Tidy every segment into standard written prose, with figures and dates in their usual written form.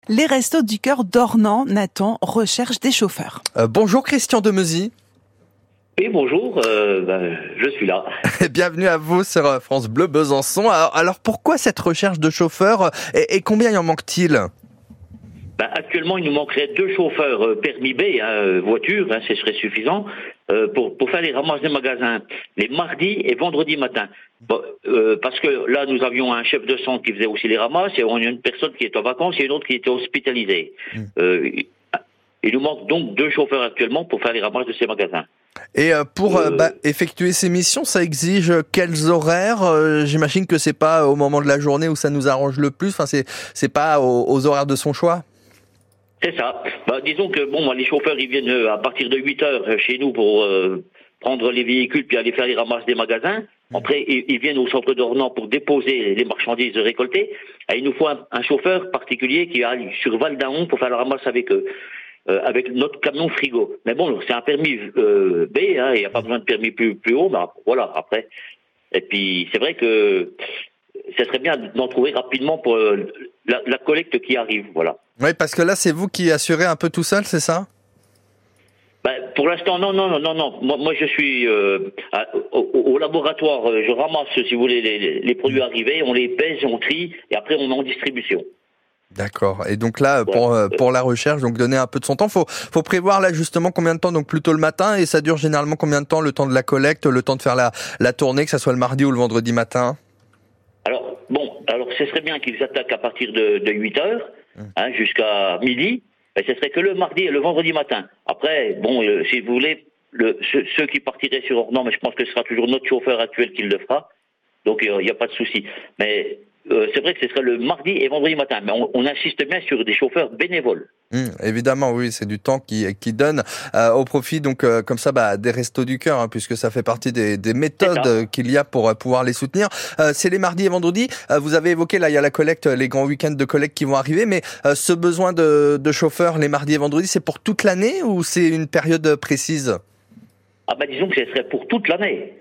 Les Restos du Cœur d'Ornans, Nathan, recherchent des chauffeurs. Bonjour Christian Demeuzy. Oui, bonjour, je suis là. Bienvenue à vous sur France Bleu Besançon. Alors pourquoi cette recherche de chauffeurs et combien y en manque-t-il ? Actuellement, il nous manquerait 2 chauffeurs permis B, voiture, ce serait suffisant, pour faire les ramasses des magasins, les mardis et vendredis matin. Parce que là, nous avions un chef de centre qui faisait aussi les ramasses, et on a une personne qui est en vacances et une autre qui était hospitalisée. Il nous manque donc 2 chauffeurs actuellement pour faire les ramasses de ces magasins. Et pour effectuer ces missions, ça exige quels horaires ? J'imagine que c'est pas au moment de la journée où ça nous arrange le plus. Enfin, c'est pas aux horaires de son choix. C'est ça. Disons que les chauffeurs ils viennent à partir de 8h chez nous pour prendre les véhicules puis aller faire les ramasses des magasins. Après, ils viennent au centre d'Ornans pour déposer les marchandises récoltées. Et il nous faut un chauffeur particulier qui aille sur Val d'Aon pour faire la ramasse avec eux. Avec notre camion frigo. Mais bon, c'est un permis B, il n'y a pas besoin de permis plus haut, voilà, après. Et puis, c'est vrai que ce serait bien d'en trouver rapidement pour la collecte qui arrive, voilà. Oui, parce que là, c'est vous qui assurez un peu tout seul, c'est ça ? Pour l'instant, non. Moi, je suis au laboratoire, je ramasse, si vous voulez, les produits arrivés, on les pèse, on trie, et après, on met en distribution. D'accord. Et donc là, pour la recherche, donc donner un peu de son temps, faut prévoir là justement combien de temps, donc plutôt le matin, et ça dure généralement combien de temps, le temps de la collecte, le temps de faire la tournée, que ça soit le mardi ou le vendredi matin ? Alors ce serait bien qu'ils attaquent à partir de 8h, jusqu'à midi, et ce serait que le mardi et le vendredi matin. Après, si vous voulez, ceux qui partiraient sur Ornans, mais je pense que ce sera toujours notre chauffeur actuel qui le fera, donc il n'y a pas de souci. Mais c'est vrai que ce serait le mardi et vendredi matin, mais on insiste bien sur des chauffeurs bénévoles. Évidemment, oui, c'est du temps qui donne au profit, donc comme ça, des Restos du Cœur, puisque ça fait partie des méthodes qu'il y a pour pouvoir les soutenir. C'est les mardis et vendredis. Vous avez évoqué, là, il y a la collecte, les grands week-ends de collecte qui vont arriver, mais ce besoin de chauffeurs les mardis et vendredis, c'est pour toute l'année ou c'est une période précise ? Disons que ce serait pour toute l'année.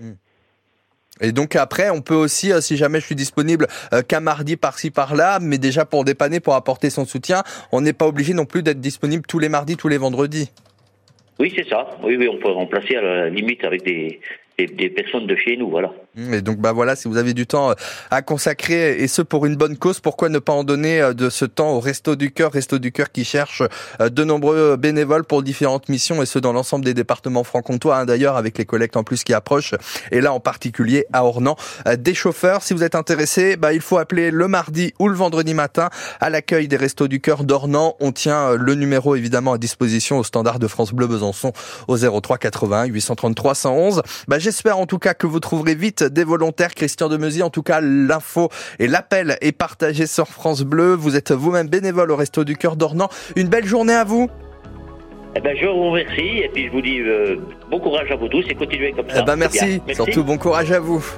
Et donc après, on peut aussi, si jamais je suis disponible qu'un mardi par-ci par-là, mais déjà pour dépanner, pour apporter son soutien, on n'est pas obligé non plus d'être disponible tous les mardis, tous les vendredis. Oui, c'est ça. Oui, on peut remplacer à la limite avec des personnes de chez nous, voilà. Et donc voilà, si vous avez du temps à consacrer, et ce pour une bonne cause, pourquoi ne pas en donner de ce temps au Restos du Cœur qui cherche de nombreux bénévoles pour différentes missions, et ce dans l'ensemble des départements franc-comtois, d'ailleurs, avec les collectes en plus qui approchent, et là en particulier à Ornans, des chauffeurs. Si vous êtes intéressé, il faut appeler le mardi ou le vendredi matin à l'accueil des Restos du Cœur d'Ornans. On tient le numéro évidemment à disposition au standard de France Bleu Besançon au 03 81 833 111. J'espère en tout cas que vous trouverez vite des volontaires. Christian Demeuzy, en tout cas, l'info et l'appel est partagé sur France Bleu. Vous êtes vous-même bénévole au Restos du Cœur d'Ornans. Une belle journée à vous. Je vous remercie et puis je vous dis bon courage à vous tous et continuez comme ça. Merci. Surtout bon courage à vous.